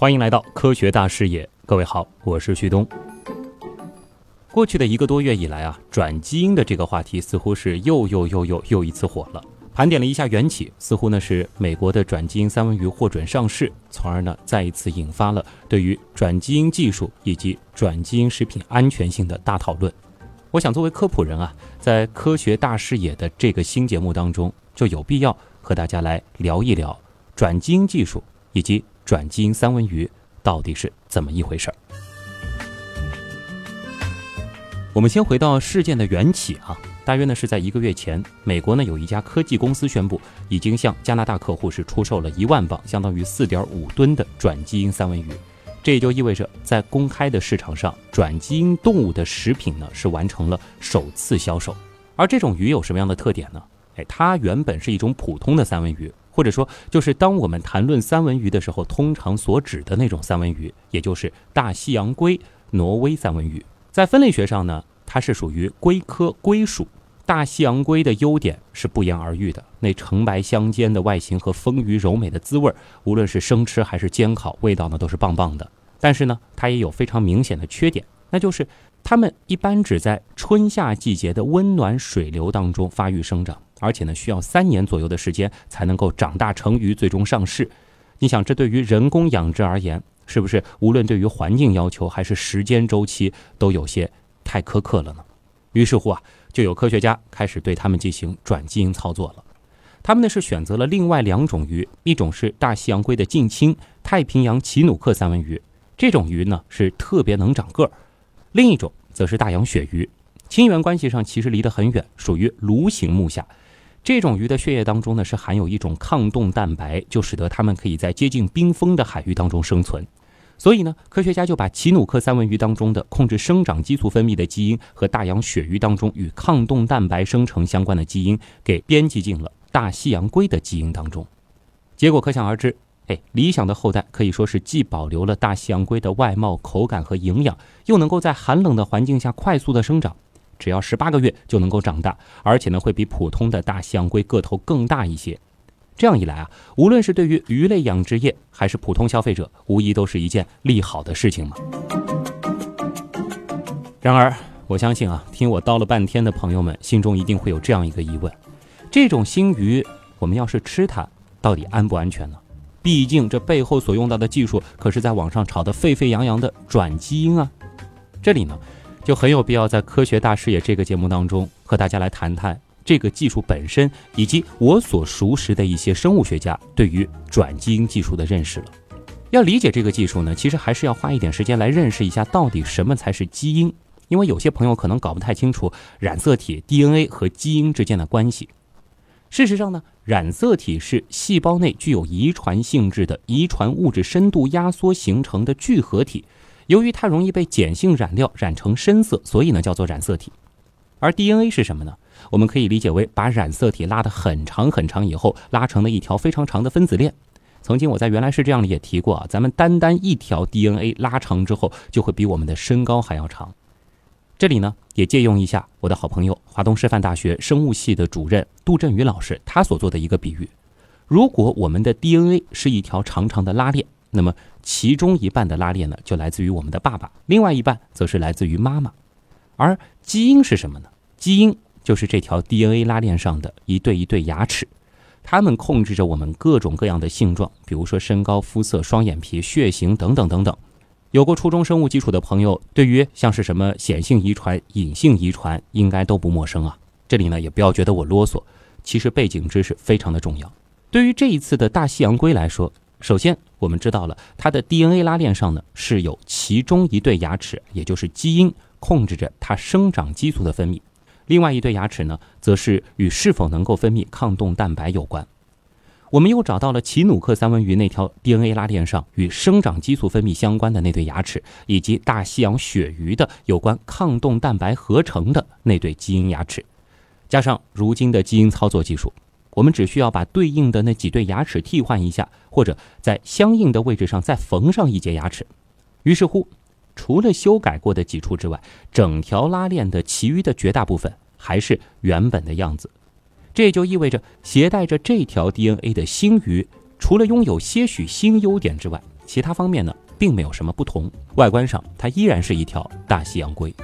欢迎来到科学大视野，各位好，我是旭东。过去的1个多月以来啊，转基因的这个话题似乎是又一次火了。盘点了一下缘起，似乎呢是美国的转基因三文鱼获准上市，从而呢再一次引发了对于转基因技术以及转基因食品安全性的大讨论。我想作为科普人啊，在科学大视野的这个新节目当中，就有必要和大家来聊一聊转基因技术以及转基因三文鱼到底是怎么一回事。我们先回到事件的缘起啊，大约呢是在1个月前，美国呢有一家科技公司宣布，已经向加拿大客户是出售了1万磅，相当于4.5吨的转基因三文鱼。这也就意味着在公开的市场上，转基因动物的食品呢是完成了首次销售。而这种鱼有什么样的特点呢？它原本是一种普通的三文鱼，或者说就是当我们谈论三文鱼的时候通常所指的那种三文鱼，也就是大西洋鲑挪威三文鱼。在分类学上呢，它是属于鲑科鲑属。大西洋鲑的优点是不言而喻的，那橙白相间的外形和丰腴柔美的滋味，无论是生吃还是煎烤，味道呢都是棒棒的。但是呢，它也有非常明显的缺点，那就是它们一般只在春夏季节的温暖水流当中发育生长，而且呢需要3年左右的时间才能够长大成鱼，最终上市。你想，这对于人工养殖而言，是不是无论对于环境要求还是时间周期都有些太苛刻了呢？于是乎啊，就有科学家开始对他们进行转基因操作了。他们呢是选择了另外2种鱼，一种是大西洋鲑的近亲太平洋奇努克三文鱼，这种鱼呢是特别能长个儿；另一种则是大洋鳕鱼，亲缘关系上其实离得很远，属于鲈形目下。这种鱼的血液当中呢是含有一种抗冻蛋白，就使得它们可以在接近冰封的海域当中生存。所以呢，科学家就把奇努克三文鱼当中的控制生长激素分泌的基因和大洋鳕鱼当中与抗冻蛋白生成相关的基因给编辑进了大西洋鲑的基因当中。结果可想而知，理想的后代可以说是既保留了大西洋鲑的外貌、口感和营养，又能够在寒冷的环境下快速的生长，只要18个月就能够长大，而且呢会比普通的大西洋鲑个头更大一些。这样一来啊，无论是对于鱼类养殖业还是普通消费者，无疑都是一件利好的事情嘛。然而我相信啊，听我叨了半天的朋友们心中一定会有这样一个疑问，这种新鱼我们要是吃它，到底安不安全呢？毕竟这背后所用到的技术可是在网上炒得沸沸扬扬的转基因啊。这里呢就很有必要在科学大视野这个节目当中和大家来谈谈这个技术本身，以及我所熟识的一些生物学家对于转基因技术的认识了。要理解这个技术呢，其实还是要花一点时间来认识一下到底什么才是基因，因为有些朋友可能搞不太清楚染色体 DNA 和基因之间的关系。事实上呢，染色体是细胞内具有遗传性质的遗传物质深度压缩形成的聚合体，由于它容易被碱性染料染成深色，所以呢叫做染色体。而 DNA 是什么呢？我们可以理解为把染色体拉得很长很长以后，拉成了一条非常长的分子链。曾经我在原来是这样里也提过啊，咱们单一条 DNA 拉长之后，就会比我们的身高还要长。这里呢，也借用一下我的好朋友华东师范大学生物系的主任杜振宇老师他所做的一个比喻。如果我们的 DNA 是一条长长的拉链，那么其中一半的拉链呢，就来自于我们的爸爸，另外一半则是来自于妈妈。而基因是什么呢？基因就是这条 DNA 拉链上的一对一对牙齿，它们控制着我们各种各样的性状，比如说身高、肤色、双眼皮、血型等等等等。有过初中生物基础的朋友，对于像是什么显性遗传、隐性遗传应该都不陌生啊。这里呢也不要觉得我啰嗦，其实背景知识非常的重要。对于这一次的大西洋鲑来说，首先我们知道了它的 DNA 拉链上呢是有其中一对牙齿，也就是基因控制着它生长激素的分泌，另外一对牙齿呢则是与是否能够分泌抗冻蛋白有关。我们又找到了奇努克三文鱼那条 DNA 拉链上与生长激素分泌相关的那对牙齿，以及大西洋鳕鱼的有关抗冻蛋白合成的那对基因牙齿，加上如今的基因操作技术，我们只需要把对应的那几对牙齿替换一下，或者在相应的位置上再缝上一节牙齿。于是乎，除了修改过的几处之外，整条拉链的其余的绝大部分还是原本的样子。这也就意味着携带着这条 DNA 的新鱼，除了拥有些许新优点之外， 其他方面呢并没有什么不同，外观上它依然是一条大西洋龟。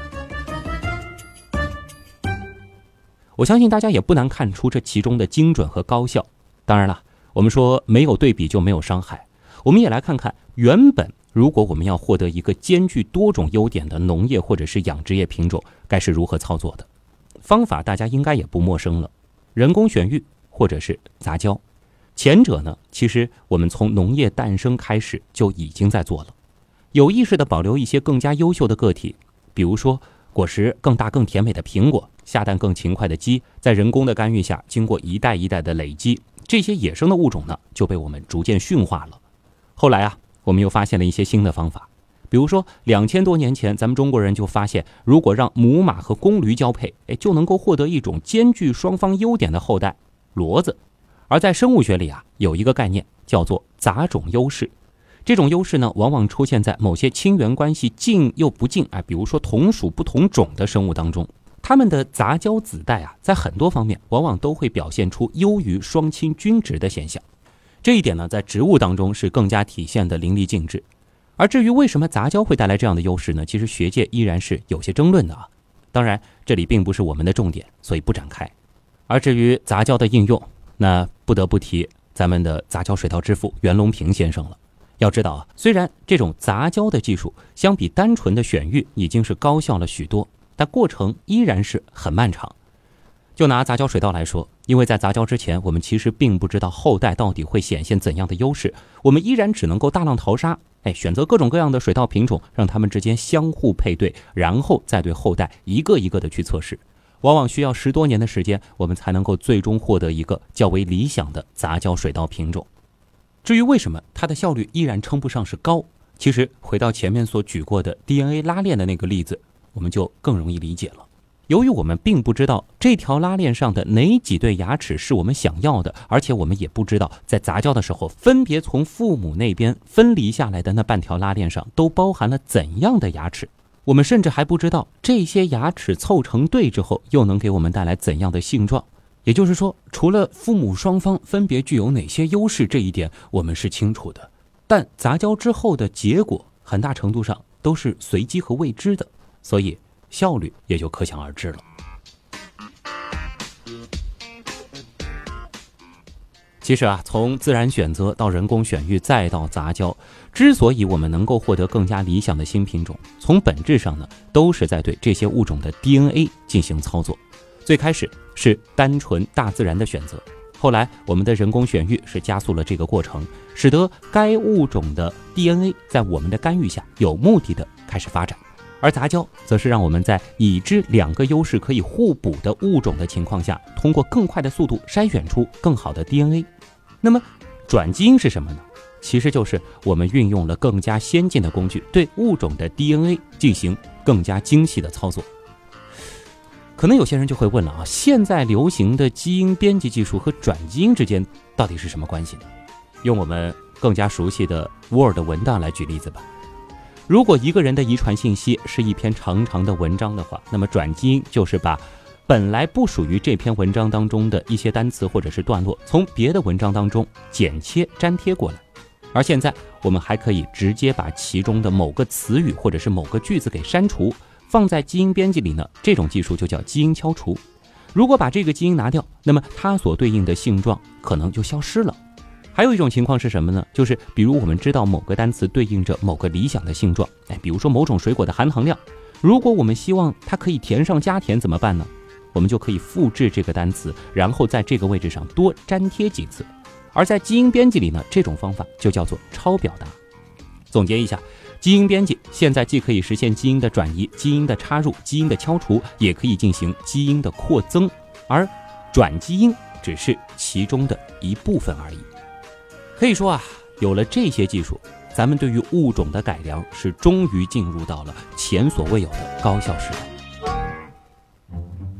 我相信大家也不难看出这其中的精准和高效。当然了，我们说没有对比就没有伤害，我们也来看看原本如果我们要获得一个兼具多种优点的农业或者是养殖业品种，该是如何操作的。方法大家应该也不陌生了，人工选育或者是杂交。前者呢，其实我们从农业诞生开始就已经在做了，有意识地保留一些更加优秀的个体，比如说果实更大更甜美的苹果，下蛋更勤快的鸡，在人工的干预下经过一代一代的累积，这些野生的物种呢就被我们逐渐驯化了。后来啊，我们又发现了一些新的方法，比如说2000多年前咱们中国人就发现，如果让母马和公驴交配，就能够获得一种兼具双方优点的后代骡子。而在生物学里啊，有一个概念叫做杂种优势。这种优势呢，往往出现在某些亲缘关系近又不近，比如说同属不同种的生物当中，它们的杂交子代啊，在很多方面往往都会表现出优于双亲均值的现象。这一点呢，在植物当中是更加体现的淋漓尽致。而至于为什么杂交会带来这样的优势呢？其实学界依然是有些争论的啊。当然，这里并不是我们的重点，所以不展开。而至于杂交的应用，那不得不提咱们的杂交水稻之父袁隆平先生了。要知道啊，虽然这种杂交的技术相比单纯的选育已经是高效了许多，但过程依然是很漫长。就拿杂交水稻来说，因为在杂交之前，我们其实并不知道后代到底会显现怎样的优势，我们依然只能够大浪淘沙，选择各种各样的水稻品种，让它们之间相互配对，然后再对后代一个一个的去测试。往往需要10多年的时间，我们才能够最终获得一个较为理想的杂交水稻品种。至于为什么它的效率依然称不上是高，其实回到前面所举过的 DNA 拉链的那个例子，我们就更容易理解了。由于我们并不知道这条拉链上的哪几对牙齿是我们想要的，而且我们也不知道在杂交的时候分别从父母那边分离下来的那半条拉链上都包含了怎样的牙齿，我们甚至还不知道这些牙齿凑成对之后又能给我们带来怎样的性状。也就是说，除了父母双方分别具有哪些优势这一点我们是清楚的，但杂交之后的结果很大程度上都是随机和未知的，所以效率也就可想而知了。其实啊，从自然选择到人工选育再到杂交，之所以我们能够获得更加理想的新品种，从本质上呢，都是在对这些物种的 DNA 进行操作。最开始是单纯大自然的选择，后来我们的人工选育是加速了这个过程，使得该物种的 DNA 在我们的干预下有目的的开始发展。而杂交则是让我们在已知2个优势可以互补的物种的情况下，通过更快的速度筛选出更好的 DNA。 那么转基因是什么呢？其实就是我们运用了更加先进的工具，对物种的 DNA 进行更加精细的操作。可能有些人就会问了啊，现在流行的基因编辑技术和转基因之间到底是什么关系呢？用我们更加熟悉的 Word 文档来举例子吧。如果一个人的遗传信息是一篇长长的文章的话，那么转基因就是把本来不属于这篇文章当中的一些单词或者是段落，从别的文章当中剪切粘贴过来。而现在我们还可以直接把其中的某个词语或者是某个句子给删除，放在基因编辑里呢，这种技术就叫基因敲除。如果把这个基因拿掉，那么它所对应的性状可能就消失了。还有一种情况是什么呢？就是比如我们知道某个单词对应着某个理想的性状，比如说某种水果的含糖量，如果我们希望它可以甜上加甜怎么办呢？我们就可以复制这个单词，然后在这个位置上多粘贴几次。而在基因编辑里呢，这种方法就叫做超表达。总结一下，基因编辑现在既可以实现基因的转移、基因的插入、基因的敲除，也可以进行基因的扩增，而转基因只是其中的一部分而已。可以说啊，有了这些技术，咱们对于物种的改良是终于进入到了前所未有的高效时代。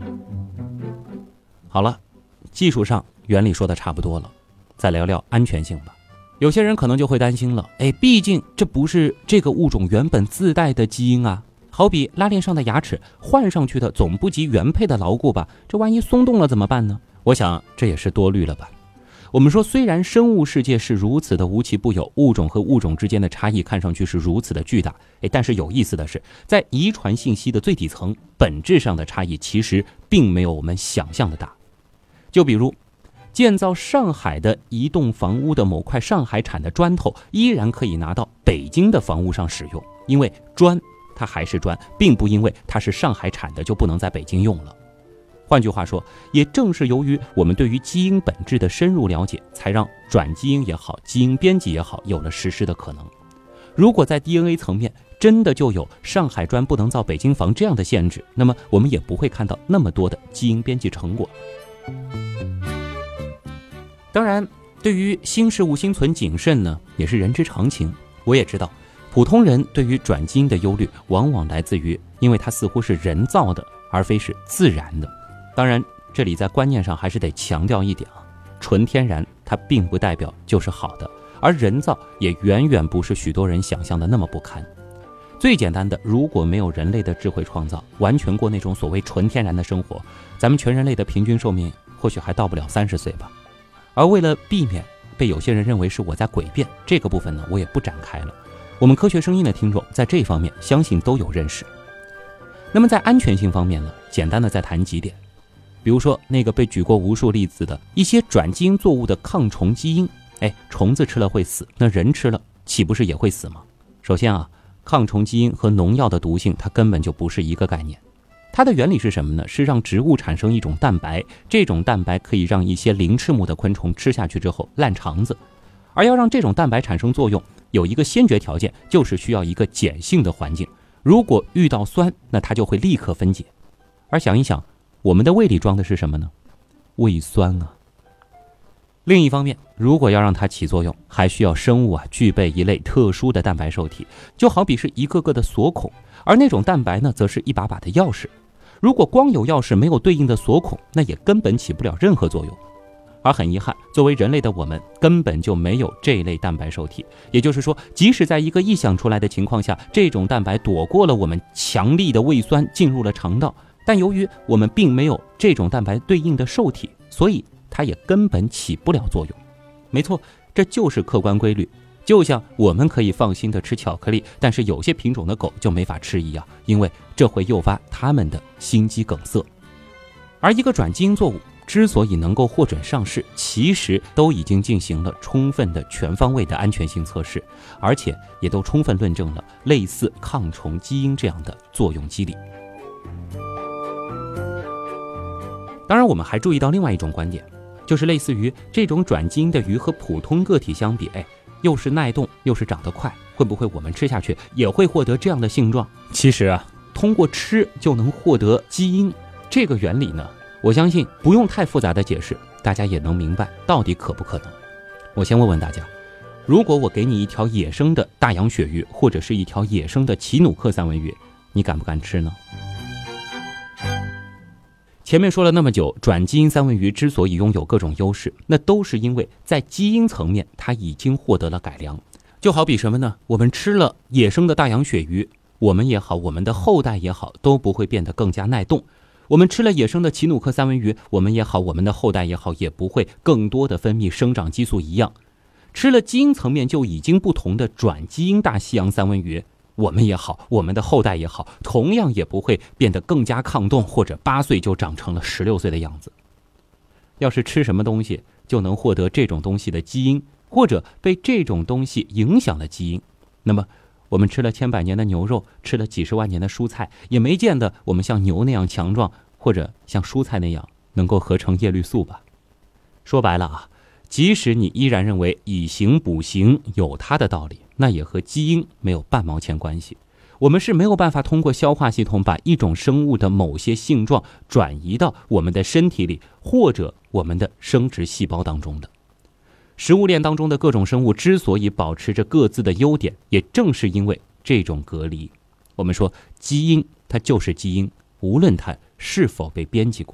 好了，技术上原理说的差不多了，再聊聊安全性吧。有些人可能就会担心了，毕竟这不是这个物种原本自带的基因啊，好比拉链上的牙齿换上去的总不及原配的牢固吧，这万一松动了怎么办呢？我想这也是多虑了吧。 我们说，虽然生物世界是如此的无奇不有，物种和物种之间的差异看上去是如此的巨大，但是有意思的是，在遗传信息的最底层，本质上的差异其实并没有我们想象的大。就比如建造上海的一栋房屋的某块上海产的砖头，依然可以拿到北京的房屋上使用，因为砖它还是砖，并不因为它是上海产的就不能在北京用了。换句话说，也正是由于我们对于基因本质的深入了解，才让转基因也好，基因编辑也好，有了实施的可能。如果在 DNA 层面真的就有上海砖不能造北京房这样的限制，那么我们也不会看到那么多的基因编辑成果。当然，对于新事物心存谨慎呢，也是人之常情。我也知道，普通人对于转基因的忧虑，往往来自于因为它似乎是人造的，而非是自然的。当然，这里在观念上还是得强调一点啊，纯天然它并不代表就是好的，而人造也远远不是许多人想象的那么不堪。最简单的，如果没有人类的智慧创造，完全过那种所谓纯天然的生活，咱们全人类的平均寿命或许还到不了30岁吧。而为了避免被有些人认为是我在诡辩，这个部分呢，我也不展开了。我们科学声音的听众在这方面相信都有认识。那么在安全性方面呢，简单的再谈几点。比如说那个被举过无数例子的一些转基因作物的抗虫基因，虫子吃了会死，那人吃了岂不是也会死吗？首先啊，抗虫基因和农药的毒性它根本就不是一个概念。它的原理是什么呢？是让植物产生一种蛋白，这种蛋白可以让一些鳞翅目的昆虫吃下去之后烂肠子。而要让这种蛋白产生作用，有一个先决条件，就是需要一个碱性的环境。如果遇到酸，那它就会立刻分解。而想一想，我们的胃里装的是什么呢？胃酸啊。另一方面，如果要让它起作用，还需要生物具备一类特殊的蛋白受体，就好比是一个个的锁孔，而那种蛋白呢，则是一把把的钥匙。如果光有钥匙没有对应的锁孔，那也根本起不了任何作用。而很遗憾，作为人类的我们根本就没有这类蛋白受体，也就是说，即使在一个臆想出来的情况下，这种蛋白躲过了我们强力的胃酸进入了肠道，但由于我们并没有这种蛋白对应的受体，所以它也根本起不了作用。没错，这就是客观规律。就像我们可以放心的吃巧克力，但是有些品种的狗就没法吃一样，因为这会诱发它们的心肌梗塞。而一个转基因作物之所以能够获准上市，其实都已经进行了充分的全方位的安全性测试，而且也都充分论证了类似抗虫基因这样的作用机理。当然，我们还注意到另外一种观点，就是类似于这种转基因的鱼和普通个体相比，又是耐冻又是长得快，会不会我们吃下去也会获得这样的性状？其实啊，通过吃就能获得基因这个原理呢，我相信不用太复杂的解释，大家也能明白到底可不可能。我先问问大家，如果我给你一条野生的大洋鳕鱼，或者是一条野生的奇努克三文鱼，你敢不敢吃呢？前面说了那么久，转基因三文鱼之所以拥有各种优势，那都是因为在基因层面它已经获得了改良。就好比什么呢？我们吃了野生的大洋鳕鱼，我们也好，我们的后代也好，都不会变得更加耐冻。我们吃了野生的奇努克三文鱼，我们也好，我们的后代也好，也不会更多的分泌生长激素一样。吃了基因层面就已经不同的转基因大西洋三文鱼，我们也好，我们的后代也好，同样也不会变得更加抗冻，或者8岁就长成了16岁的样子。要是吃什么东西就能获得这种东西的基因，或者被这种东西影响的基因，那么我们吃了千百年的牛肉，吃了几十万年的蔬菜，也没见得我们像牛那样强壮，或者像蔬菜那样能够合成叶绿素吧。说白了啊，即使你依然认为以形补形有它的道理，那也和基因没有半毛钱关系。我们是没有办法通过消化系统把一种生物的某些性状转移到我们的身体里，或者我们的生殖细胞当中的。食物链当中的各种生物之所以保持着各自的优点，也正是因为这种隔离。我们说基因它就是基因，无论它是否被编辑过。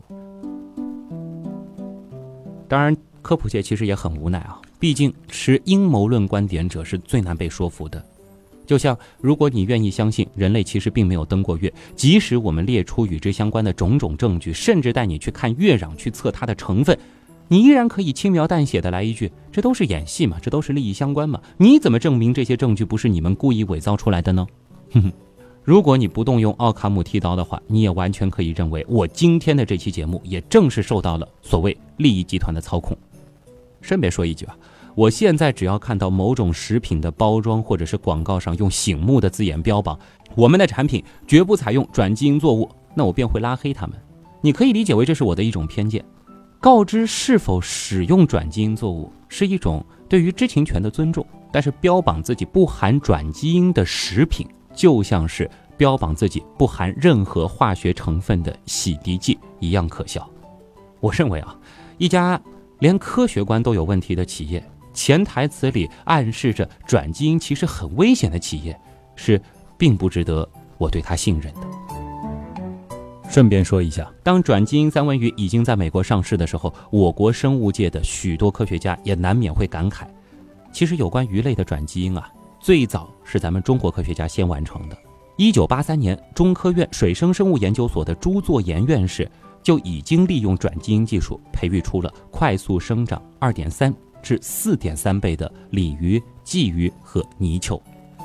当然科普界其实也很无奈啊，毕竟持阴谋论观点者是最难被说服的。就像如果你愿意相信人类其实并没有登过月，即使我们列出与之相关的种种证据，甚至带你去看月壤去测它的成分， 你依然可以轻描淡写的来一句，这都是演戏嘛，这都是利益相关嘛，你怎么证明这些证据不是你们故意伪造出来的呢？如果你不动用奥卡姆剃刀的话，你也完全可以认为我今天的这期节目也正是受到了所谓利益集团的操控。顺便说一句啊，我现在只要看到某种食品的包装或者是广告上用醒目的字眼标榜我们的产品绝不采用转基因作物，那我便会拉黑他们。你可以理解为这是我的一种偏见。告知是否使用转基因作物是一种对于知情权的尊重，但是标榜自己不含转基因的食品，就像是标榜自己不含任何化学成分的洗涤剂一样可笑。我认为啊，一家连科学观都有问题的企业，潜台词里暗示着转基因其实很危险的企业，是并不值得我对它信任的。顺便说一下，当转基因三文鱼已经在美国上市的时候，我国生物界的许多科学家也难免会感慨，其实有关鱼类的转基因啊，最早是咱们中国科学家先完成的。1983年，中科院水生生物研究所的朱作炎院士就已经利用转基因技术培育出了快速生长 2.3 至 4.3 倍的鲤鱼、鲫鱼和泥鳅。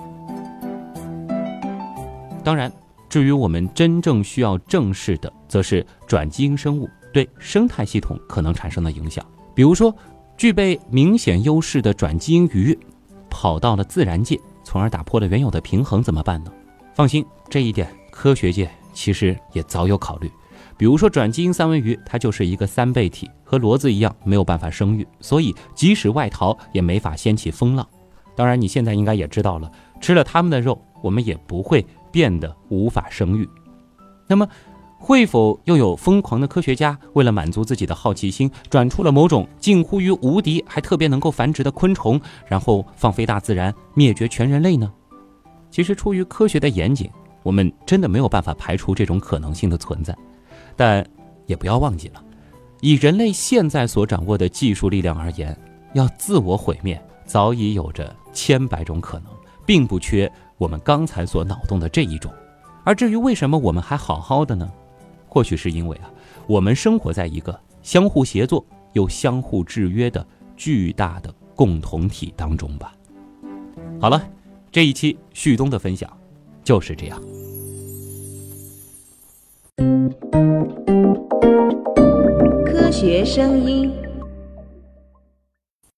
当然，至于我们真正需要正视的，则是转基因生物对生态系统可能产生的影响。比如说，具备明显优势的转基因鱼跑到了自然界，从而打破了原有的平衡，怎么办呢？放心，这一点科学界其实也早有考虑。比如说转基因三文鱼，它就是一个三倍体，和骡子一样没有办法生育，所以即使外逃也没法掀起风浪。当然你现在应该也知道了，吃了它们的肉，我们也不会变得无法生育。那么会否又有疯狂的科学家为了满足自己的好奇心，转出了某种近乎于无敌还特别能够繁殖的昆虫，然后放飞大自然，灭绝全人类呢？其实出于科学的严谨，我们真的没有办法排除这种可能性的存在。但也不要忘记了，以人类现在所掌握的技术力量而言，要自我毁灭早已有着千百种可能，并不缺我们刚才所脑洞的这一种。而至于为什么我们还好好的呢？或许是因为我们生活在一个相互协作又相互制约的巨大的共同体当中吧。好了，这一期旭东的分享就是这样。 科学声音